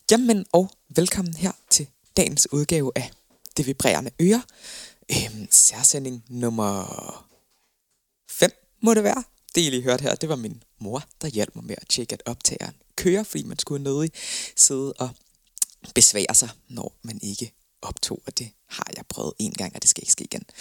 Jamen og velkommen her til dagens udgave af Det Vibrerende Øre. Særsending nummer 5 må det være. Det I lige hørte her, det var min mor, der hjalp mig med at tjekke, at optageren kører, fordi man skulle nødig sidde og besvære sig, når man ikke optog, og det har jeg prøvet en gang, og det skal ikke ske igen.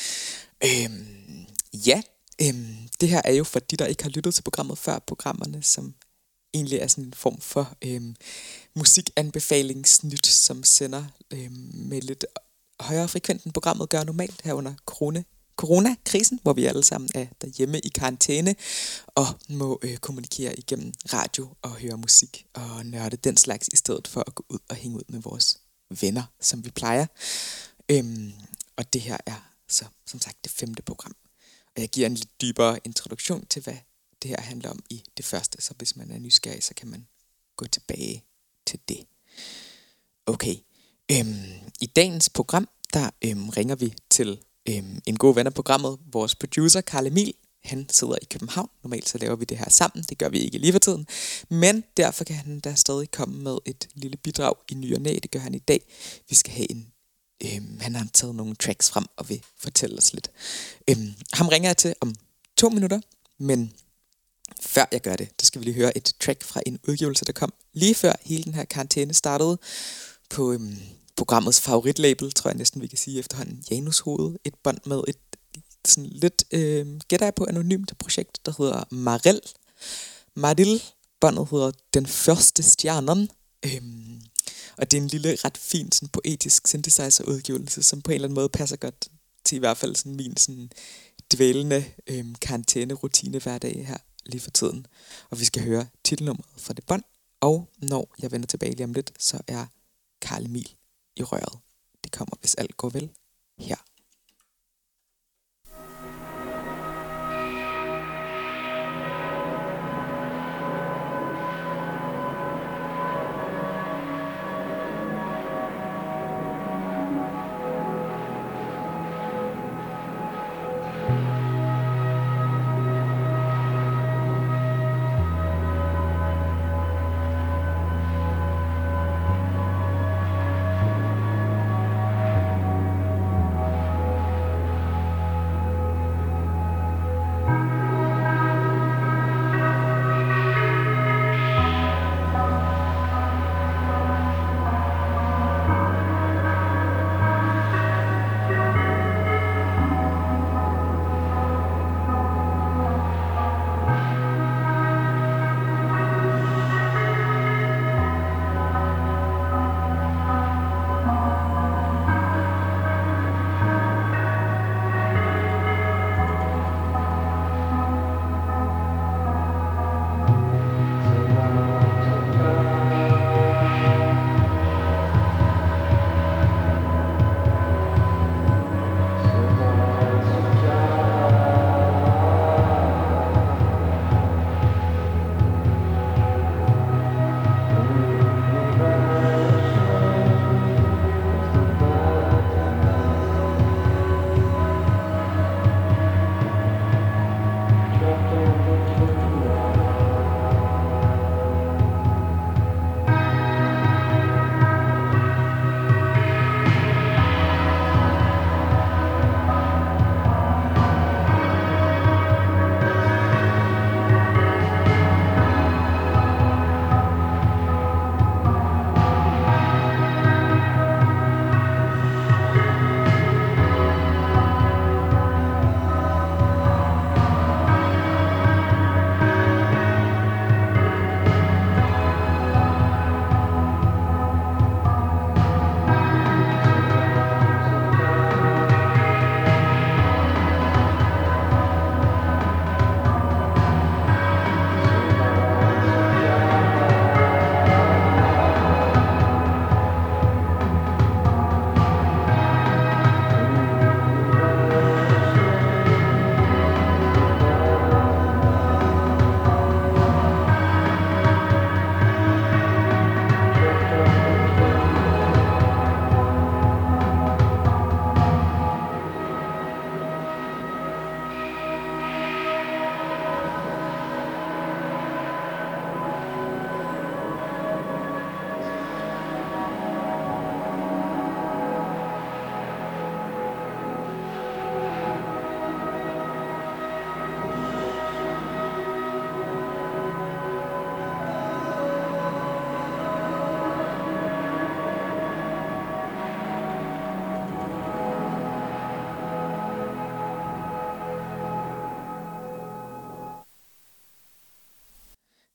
Det her er jo for de, der ikke har lyttet til programmet før, programmerne, som egentlig er sådan en form for musikanbefalingsnyt, som sender med lidt højere frekvent end programmet gør normalt her under coronakrisen, hvor vi alle sammen er derhjemme i karantæne og må kommunikere igennem radio og høre musik og nørde den slags, i stedet for at gå ud og hænge ud med vores venner, som vi plejer. Og det her er så som sagt det 5. program. Og jeg giver en lidt dybere introduktion til, hvad det her handler om i det første, så hvis man er nysgerrig, så kan man gå tilbage til det. Okay. I dagens program, der ringer vi til en god ven af programmet, vores producer, Carl Emil. Han sidder i København. Normalt så laver vi det her sammen. Det gør vi ikke lige for tiden. Men derfor kan han da stadig komme med et lille bidrag i ny og næ. Det gør han i dag. Vi skal have han har taget nogle tracks frem og vil fortælle os lidt. Ham ringer jeg til om 2 minutter, men før jeg gør det, der skal vi lige høre et track fra en udgivelse, der kom lige før hele den her karantæne startede på programmets favoritlabel, tror jeg næsten vi kan sige efterhånden, Janus Hoved. Et bånd med et sådan lidt, gætter jeg på, anonymt projekt, der hedder Maril. Båndet hedder Den Første Stjernen. Og det er en lille, ret fin, sådan poetisk synthesizer-udgivelse, som på en eller anden måde passer godt til i hvert fald sådan min sådan dvælende karantæne-rutine hverdag her lige for tiden. Og vi skal høre titelnummeret fra det bånd, og når jeg vender tilbage lige om lidt, så er Carl Emil i røret. Det kommer, hvis alt går vel, her.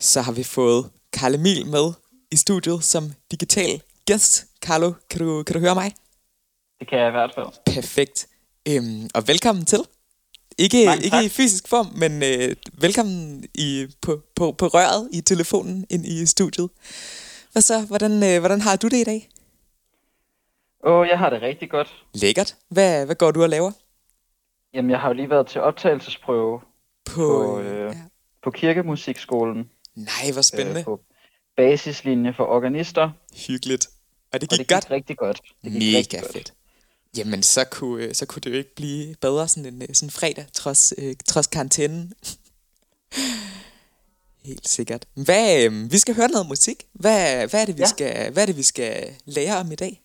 så har vi fået Carl Emil med i studiet som digital gæst. Carlo, kan du høre mig? Det kan jeg i hvert fald. Perfekt. Og velkommen til. Ikke i fysisk form, men velkommen på røret i telefonen ind i studiet. Hvad så? Hvordan har du det i dag? Jeg har det rigtig godt. Lækkert. Hvad går du og laver? Jamen, jeg har jo lige været til optagelsesprøve på kirkemusikskolen. Nej, hvor spændende. På basislinje for organister. Hyggeligt. Og det gik godt? Rigtig godt. Mega fedt. Jamen, så kunne det jo ikke blive bedre sådan en fredag, trods karantænen. Helt sikkert. Vi skal høre noget musik. Hvad er det, vi skal lære om i dag?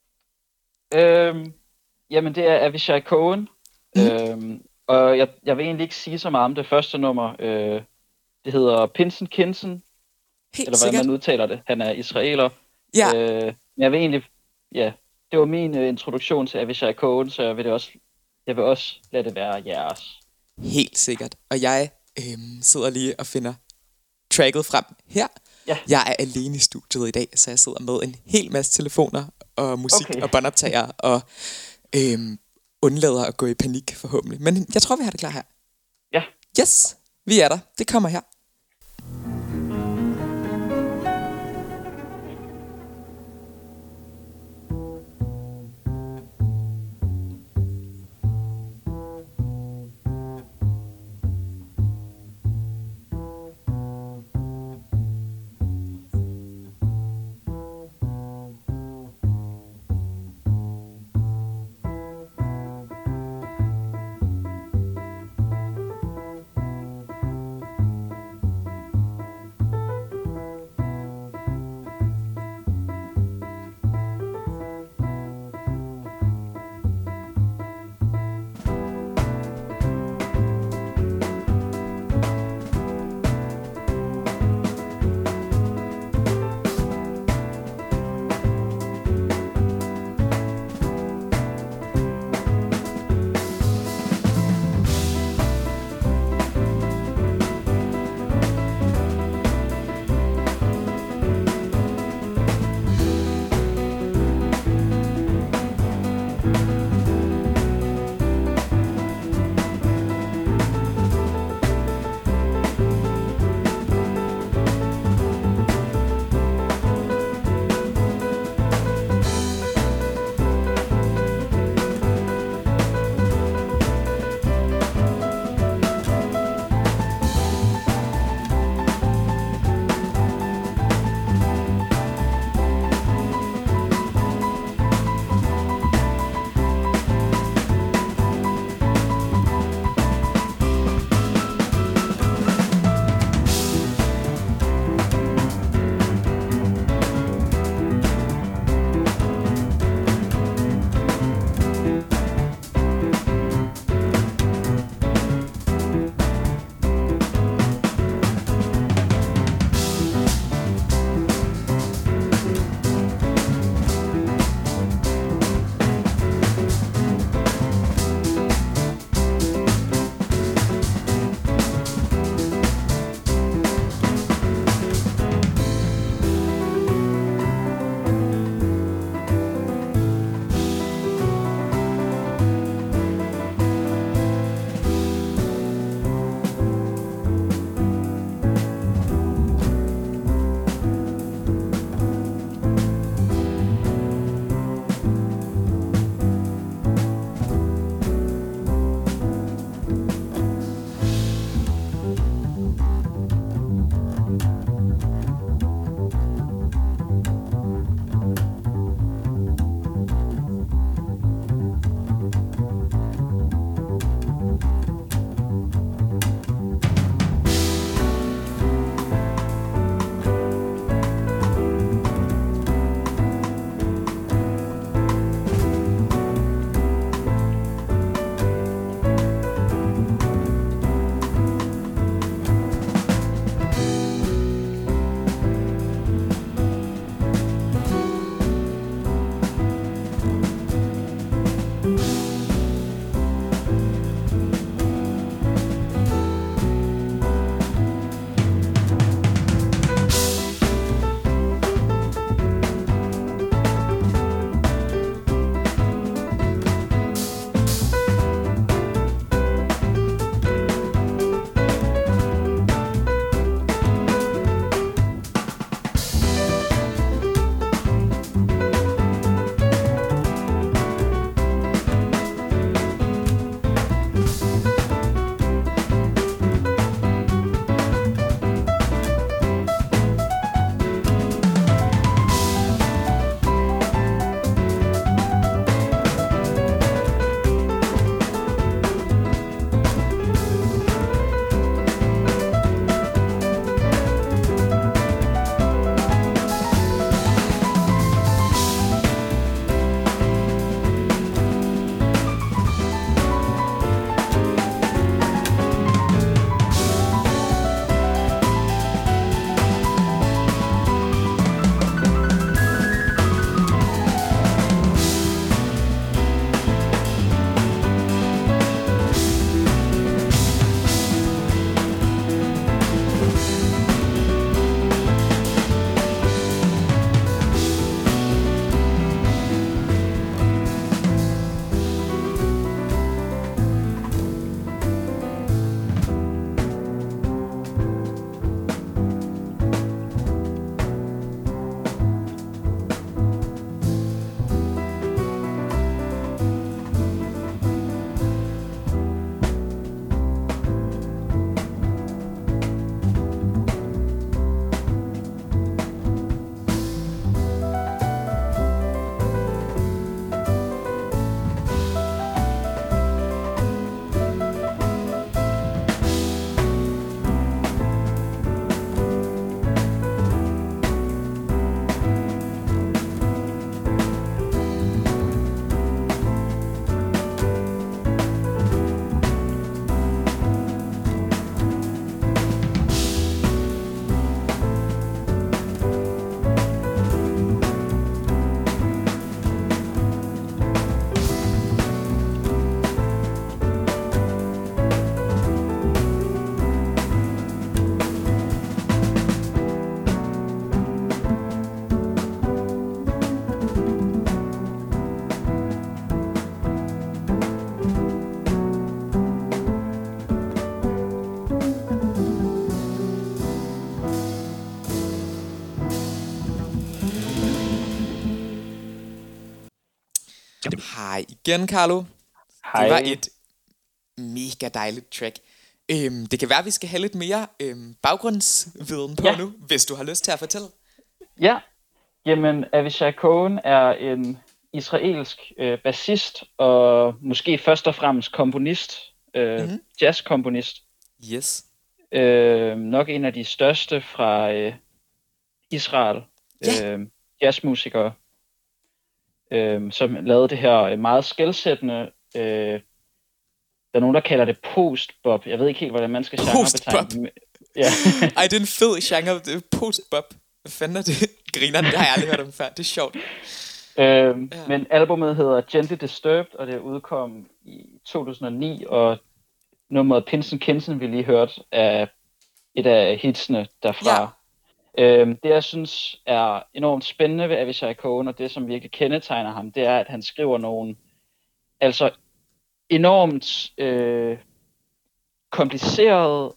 Jamen, det er Avishai Cohen. Og jeg vil egentlig ikke sige så meget om det første nummer. Det hedder Pinsen Kinsen. Helt eller hvordan man udtaler det. Han er israeler. Ja. Men jeg vil egentlig... Ja, det var min introduktion til Avishai Cohen, så jeg vil også lade det være jeres. Helt sikkert. Og jeg sidder lige og finder tracket frem her. Ja. Jeg er alene i studiet i dag, så jeg sidder med en hel masse telefoner og musik og båndoptager og undlader at gå i panik forhåbentlig. Men jeg tror, vi har det klar her. Ja. Yes, vi er der. Det kommer her. Hej igen, Carlo. Det var Hej. et mega dejligt track. Det kan være, at vi skal have lidt mere baggrundsviden på Ja, nu, hvis du har lyst til at fortælle. ja. Jamen, Avishai Cohen er en israelsk bassist og måske først og fremmest komponist, Mm-hmm. jazzkomponist. Yes. Nok en af de største fra Israel, Ja. jazzmusikere, som lavede det her meget skelsættende. Der er nogen, der kalder det post-bop. Jeg ved ikke helt, hvordan man skal genrebetegne Post-bop. det. Ja. Ej, det er en fed genre. Det er post-bop. Hvad fanden er det? Grineren, det har jeg aldrig hørt om før. Det er sjovt. Ja. Men albumet hedder Gently Disturbed, og det udkom i 2009, og nummeret Pins and Kinsen, vi lige hørte, er et af hitsene derfra. Det, jeg synes er enormt spændende ved Avishai Cohen, og det, som virkelig kendetegner ham, det er, at han skriver nogle enormt komplicerede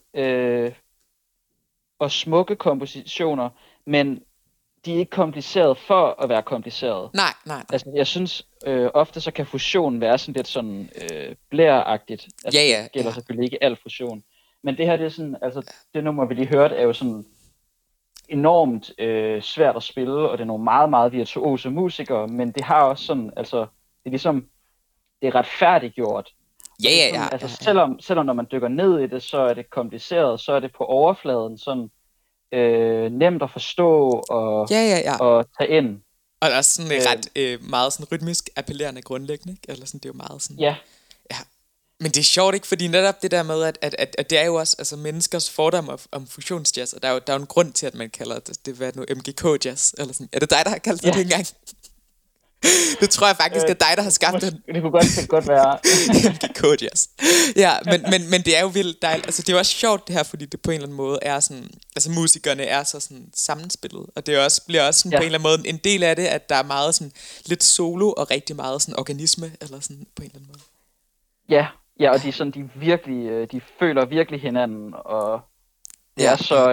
og smukke kompositioner, men de er ikke komplicerede for at være komplicerede. Nej. Altså, jeg synes ofte så kan fusion være sådan lidt sådan blæragtigt. Altså, det gælder selvfølgelig ikke al fusion. Men det her, det er sådan, altså det nummer, vi lige hørte, er jo sådan enormt svært at spille, og det er nogle meget, meget virtuose musikere, men det har også sådan, altså, det er ligesom, det er retfærdiggjort. Ja. Altså, selvom når man dykker ned i det, så er det kompliceret, så er det på overfladen sådan nemt at forstå og tage ind. Og der er sådan ret meget sådan rytmisk appellerende grundlæggende, ikke? Eller sådan, det er jo meget sådan. Ja. Men det er sjovt, ikke? Fordi netop det der med, at det er jo også altså menneskers fordom om fusionsjazz, og der er jo en grund til, at man kalder det hvad nu, MGK-jazz, eller sådan. Er det dig, der har kaldt det engang? Det tror jeg faktisk er dig, der har skabt den. Det kunne godt være. MGK-jazz. Ja, men det er jo vildt dejligt. Altså, det er jo også sjovt det her, fordi det på en eller anden måde er sådan, altså musikerne er så sådan sammenspillet, og det er også, bliver også sådan, på en eller anden måde en del af det, at der er meget sådan lidt solo og rigtig meget sådan organisme, eller sådan på en eller anden måde. Ja, og de føler virkelig hinanden, og det er så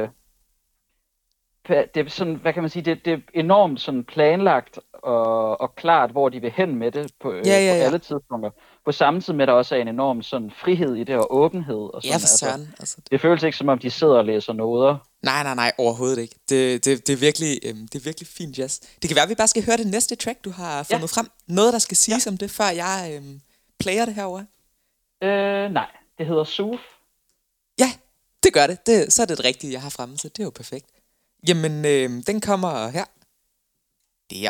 det er sådan, hvad kan man sige, det er enormt sådan planlagt og klart, hvor de vil hen med det på alle tidspunkter. På samme tid med, at der også er en enorm sådan frihed i det og åbenhed. Og sådan, for søren. Altså, det føles ikke som om, de sidder og læser noder. Nej, overhovedet ikke. Det er virkelig fint jazz. Det kan være, at vi bare skal høre det næste track, du har fundet frem. Noget, der skal siges om det, før jeg player det herovre. Nej, det hedder Suf. Ja, det gør det. Så er det rigtige, jeg har fremme, så det er jo perfekt. Jamen, den kommer her. Der.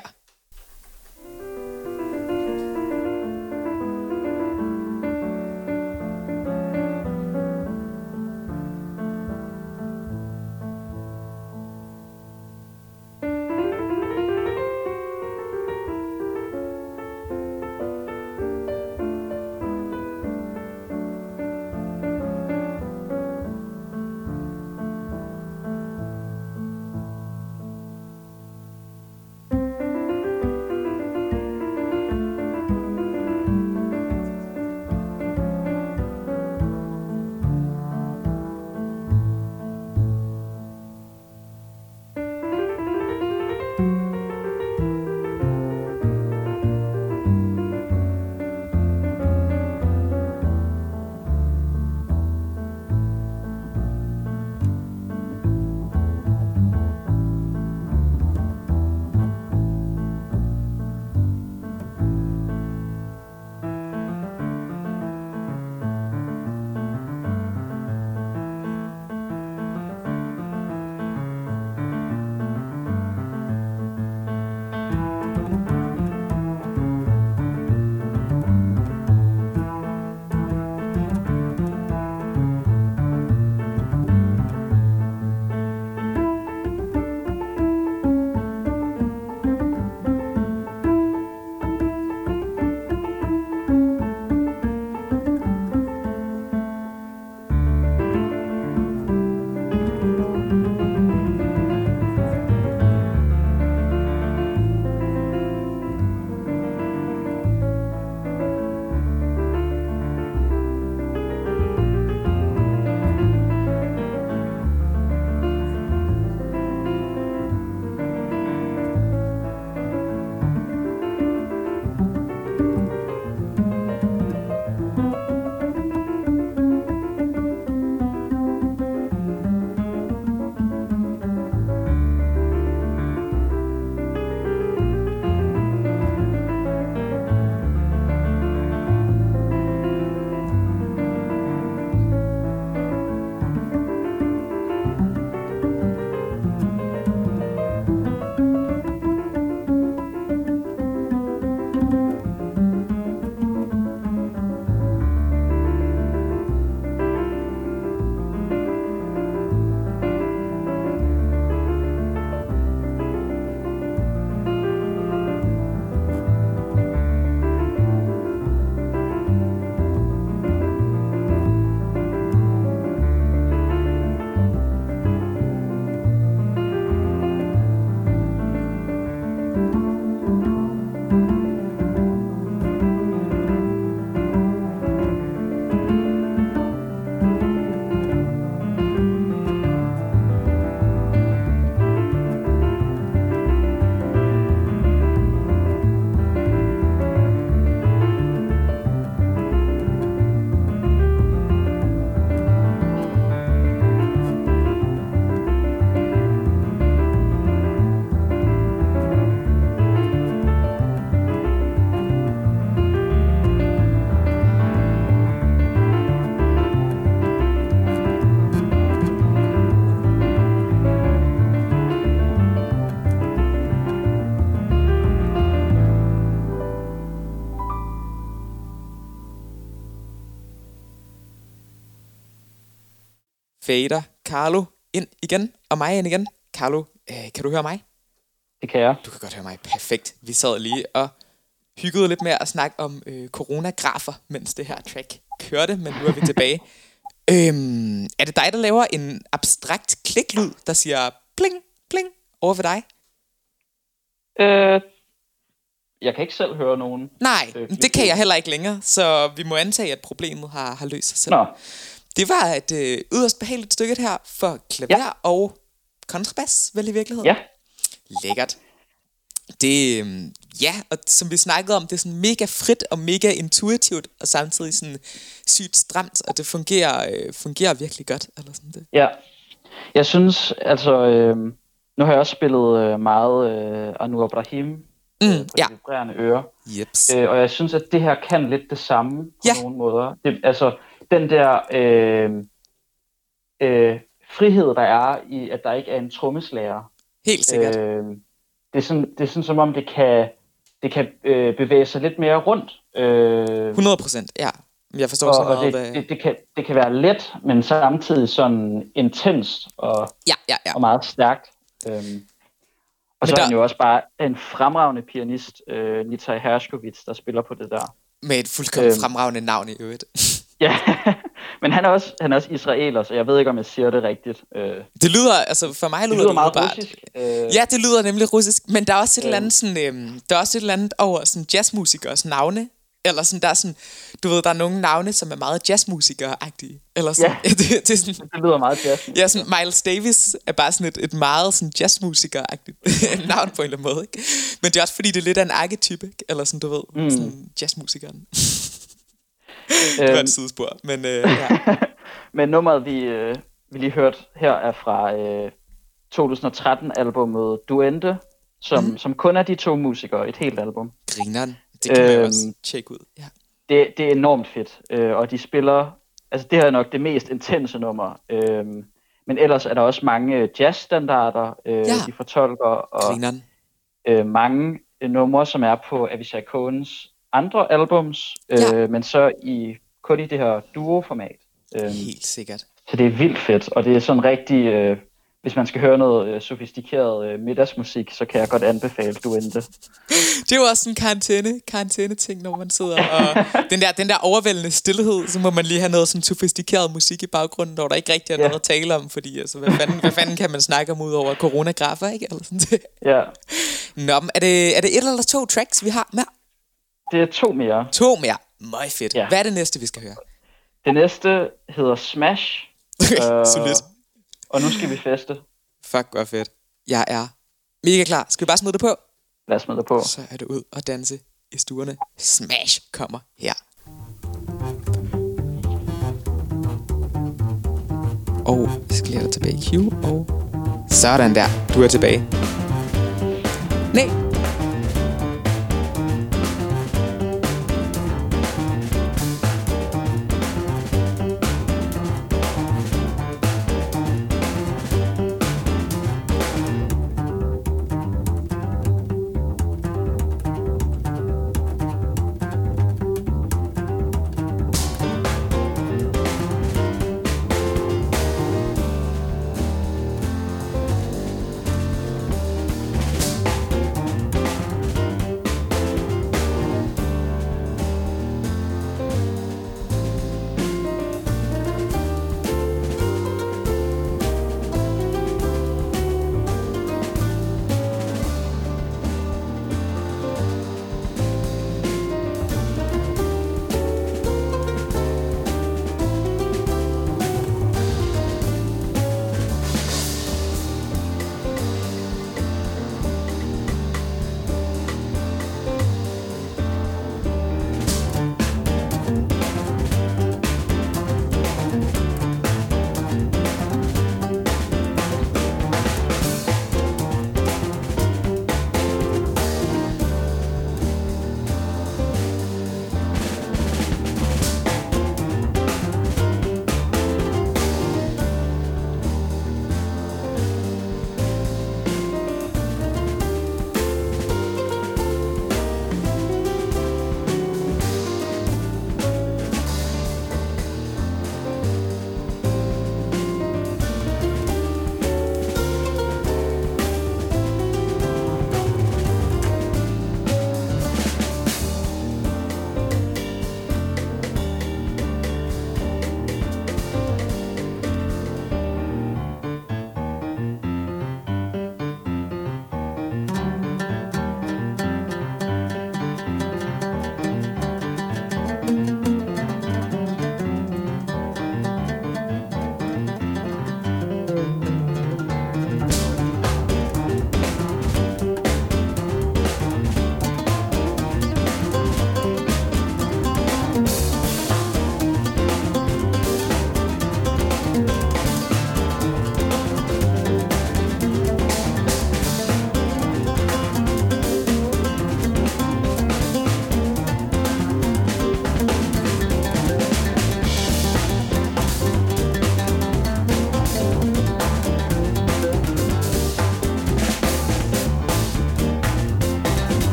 fader Carlo ind igen, og mig ind igen. Carlo, kan du høre mig? Det kan jeg. Du kan godt høre mig. Perfekt. Vi sad lige og hyggede lidt med at snakke om coronagrafer, mens det her track kørte, men nu er vi tilbage. Er det dig, der laver en abstrakt kliklyd, der siger pling, pling over ved dig? Jeg kan ikke selv høre nogen. Nej, det kan jeg heller ikke længere, så vi må antage, at problemet har løst sig selv. Nå. Det var et yderst behageligt stykke her for klaver og kontrabas, vel i virkeligheden? Ja. Lækkert. Det, og som vi snakkede om, det er sådan mega frit og mega intuitivt, og samtidig sådan sygt stramt, og det fungerer virkelig godt, eller sådan det. Ja, jeg synes, altså, nu har jeg også spillet meget Anur Ibrahim på de vibrerende ører, og jeg synes, at det her kan lidt det samme på nogle måder. Det, altså, den der frihed, der er i, at der ikke er en trommeslager. Helt sikkert. Det er sådan, som om det kan bevæge sig lidt mere rundt. 100%, ja. Jeg forstår så meget, det kan være let, men samtidig sådan intenst og meget stærkt. Og så er han jo også bare en fremragende pianist, Nitaj Hershkovits, der spiller på det der. Med et fuldkommen fremragende navn i øvrigt. Ja, men han er også israeler, så jeg ved ikke, om jeg siger det rigtigt. Det lyder, altså for mig lyder det meget russisk. Ja, det lyder nemlig russisk, men der er også et eller andet sådan, der er også et eller andet over sådan jazzmusikers navne, eller sådan der er sådan, du ved, der er nogle navne, som er meget jazzmusikere-agtige, eller sådan. Ja, det er sådan, det lyder meget jazzmusiker. Ja, sådan Miles Davis er bare sådan et meget sådan jazzmusiker-agtigt navn på en eller anden måde, ikke? Men det er også fordi det er lidt af en arketype, eller sådan, du ved, sådan jazzmusikeren. Det var et sidespor, men ja. Men nummeret, vi lige hørte her, er fra 2013-albummet Duende, som kun er de to musikere, et helt album. Grineren, det kan man også tjekke ud. Ja. Det er enormt fedt, og de spiller, altså det her er nok det mest intense nummer, men ellers er der også mange jazzstandarder, de fortolker, og mange numre, som er på Avishai Cohens andre albums, men så kun i det her duo-format. Helt sikkert. Så det er vildt fedt, og det er sådan rigtig, hvis man skal høre noget sofistikeret middagsmusik, så kan jeg godt anbefale Duende. Det er jo også en karantæne-ting, når man sidder og den der overvældende stillhed, så må man lige have noget sådan sofistikeret musik i baggrunden, når der ikke rigtig er noget at tale om, fordi altså, hvad fanden kan man snakke om ud over coronagrafer, ikke? Eller sådan det. Ja. Nå, er det et eller 2 tracks, vi har med? Det er 2 mere. 2 mere. Meget fedt. Ja. Hvad er det næste, vi skal høre? Det næste hedder Smash. Solidt. Og nu skal vi feste. Fuck, hvor fedt. Jeg er mega klar. Skal vi bare smide det på? Lad os smide det på. Så er det ud og danse i stuerne. Smash kommer her. Og vi skal lige tilbage i Q. Og sådan der. Du er tilbage. Nej.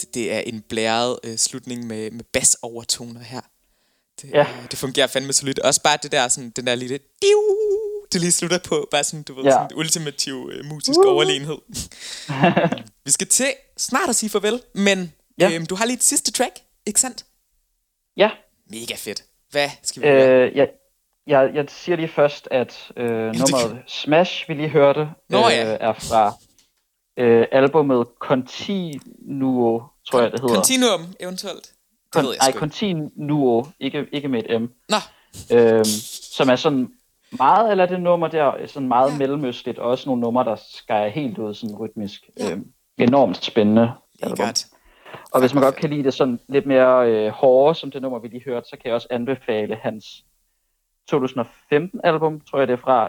det er en blæret slutning med bass-overtoner her. Det fungerer fandme solidt. Også bare det der, sådan, den der lille det lige slutter på, bare sådan, du ved, sådan en ultimativ musisk overlegenhed. Vi skal til snart at sige farvel, men du har lige et sidste track, ikke sandt? Ja. Mega fedt. Hvad skal vi høre? Jeg siger lige først, at nummeret Smash, vi lige hørte, er fra albumet Continuo, tror jeg det hedder. Continuum, eventuelt. Continuo, ikke med et M. Nå. Som er sådan meget, eller det nummer der, sådan meget mellemøstligt, og også nogle numre, der skærer helt ud sådan rytmisk. Enormt spændende album. Og hvis man godt kan lide det sådan lidt mere hårde, som det nummer, vi lige hørte, så kan jeg også anbefale hans 2015 album, tror jeg det er fra,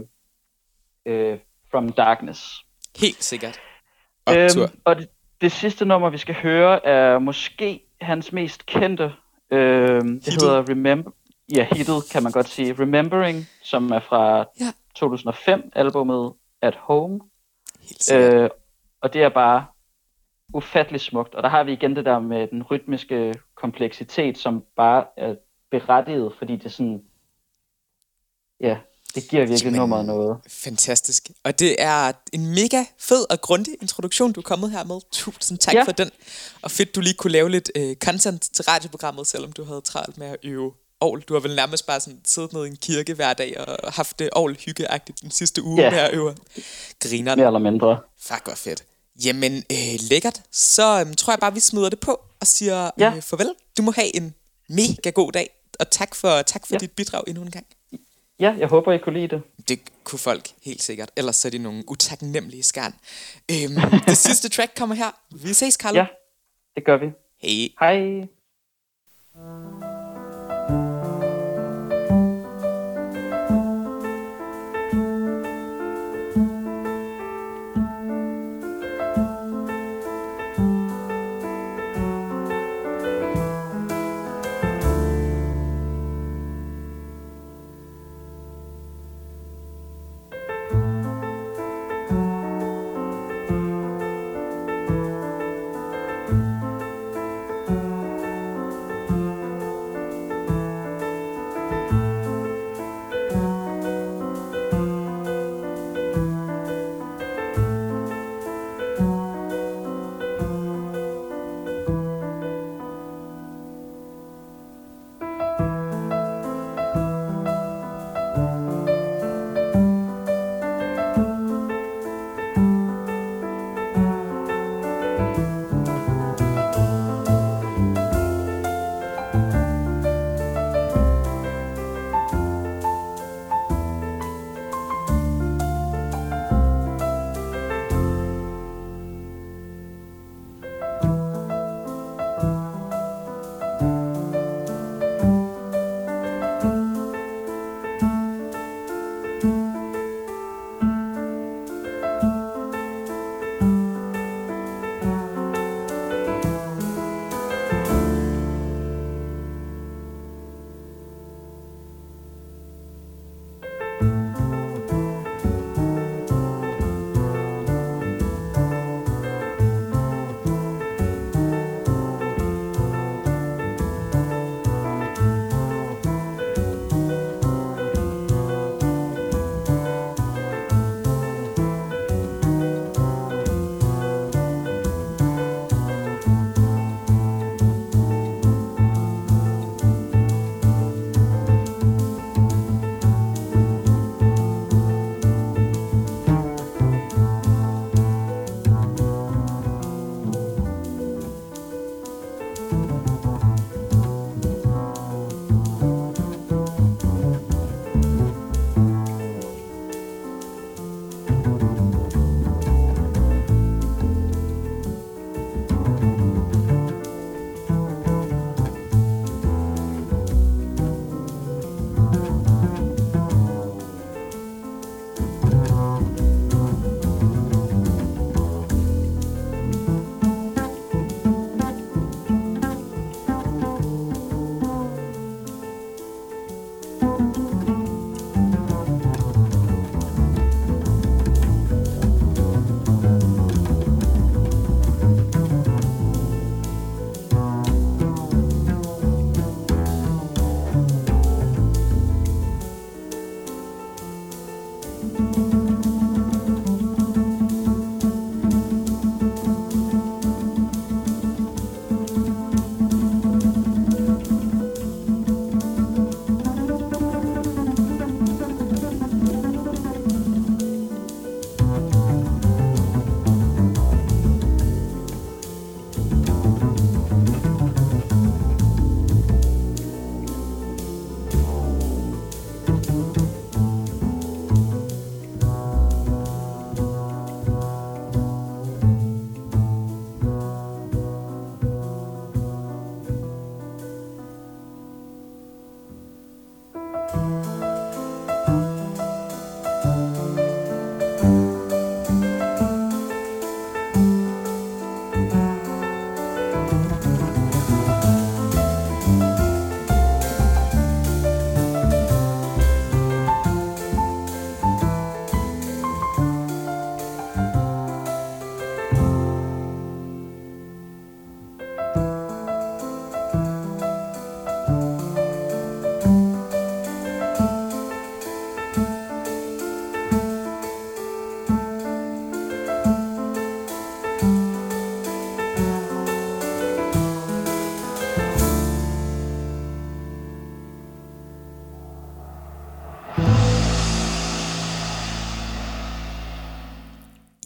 From Darkness. Helt sikkert. Og det sidste nummer, vi skal høre, er måske hans mest kendte. Det hedder Remember. Ja, hittet kan man godt sige. Remembering, som er fra 2005 albumet At Home. Og det er bare ufattelig smukt. Og der har vi igen det der med den rytmiske kompleksitet, som bare er berettiget, fordi det sådan, det giver virkelig nummeret noget. Fantastisk. Og det er en mega fed og grundig introduktion, du er kommet her med. Tusind tak for den. Og fedt, du lige kunne lave lidt content til radioprogrammet, selvom du havde travlt med at øve orgel. Du har vel nærmest bare sådan siddet nede i en kirke hver dag og haft det orgel-hyggeagtigt den sidste uge med at øve. Grineren. Mere eller mindre. Fuck, hvor fedt. Jamen, lækkert. Så tror jeg bare, vi smider det på og siger farvel. Du må have en mega god dag. Og tak for dit bidrag endnu en gang. Ja, jeg håber, I kunne lide det. Det kunne folk helt sikkert. Ellers så er de nogle utaknemmelige skarn. Det sidste track kommer her. Vi ses, Carlo. Ja, det gør vi. Hej. Hej.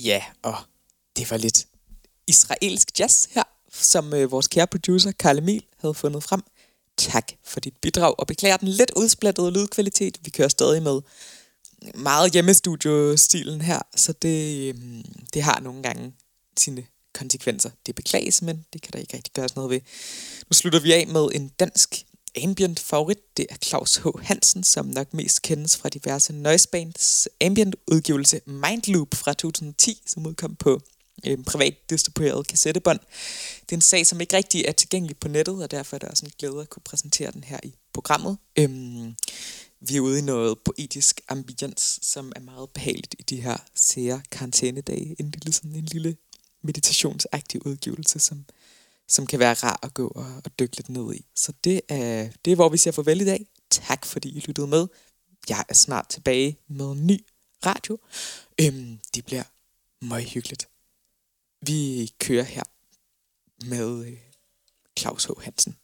Ja, og det var lidt israelsk jazz her, som vores kære producer, Karl Emil, havde fundet frem. Tak for dit bidrag, og beklager den lidt udsplættede lydkvalitet. Vi kører stadig med meget hjemmestudio-stilen her, så det har nogle gange sine konsekvenser. Det beklages, men det kan der ikke rigtig gøres noget ved. Nu slutter vi af med en dansk ambient favorit. Det er Claus H. Hansen, som nok mest kendes fra diverse noise bands ambient udgivelse Mindloop fra 2010, som udkom på privat distribueret kassettebånd. Det er en sag, som ikke rigtig er tilgængelig på nettet, og derfor er det også en glæde at kunne præsentere den her i programmet. Vi er ude i noget poetisk ambience, som er meget behageligt i de her sære karantænedage. En lille meditationsagtig udgivelse, som kan være rar at gå og dykke lidt ned i. Så det er, hvor vi siger farvel i dag. Tak fordi I lyttede med. Jeg er snart tilbage med en ny radio. Det bliver meget hyggeligt. Vi kører her med Claus H. Hansen.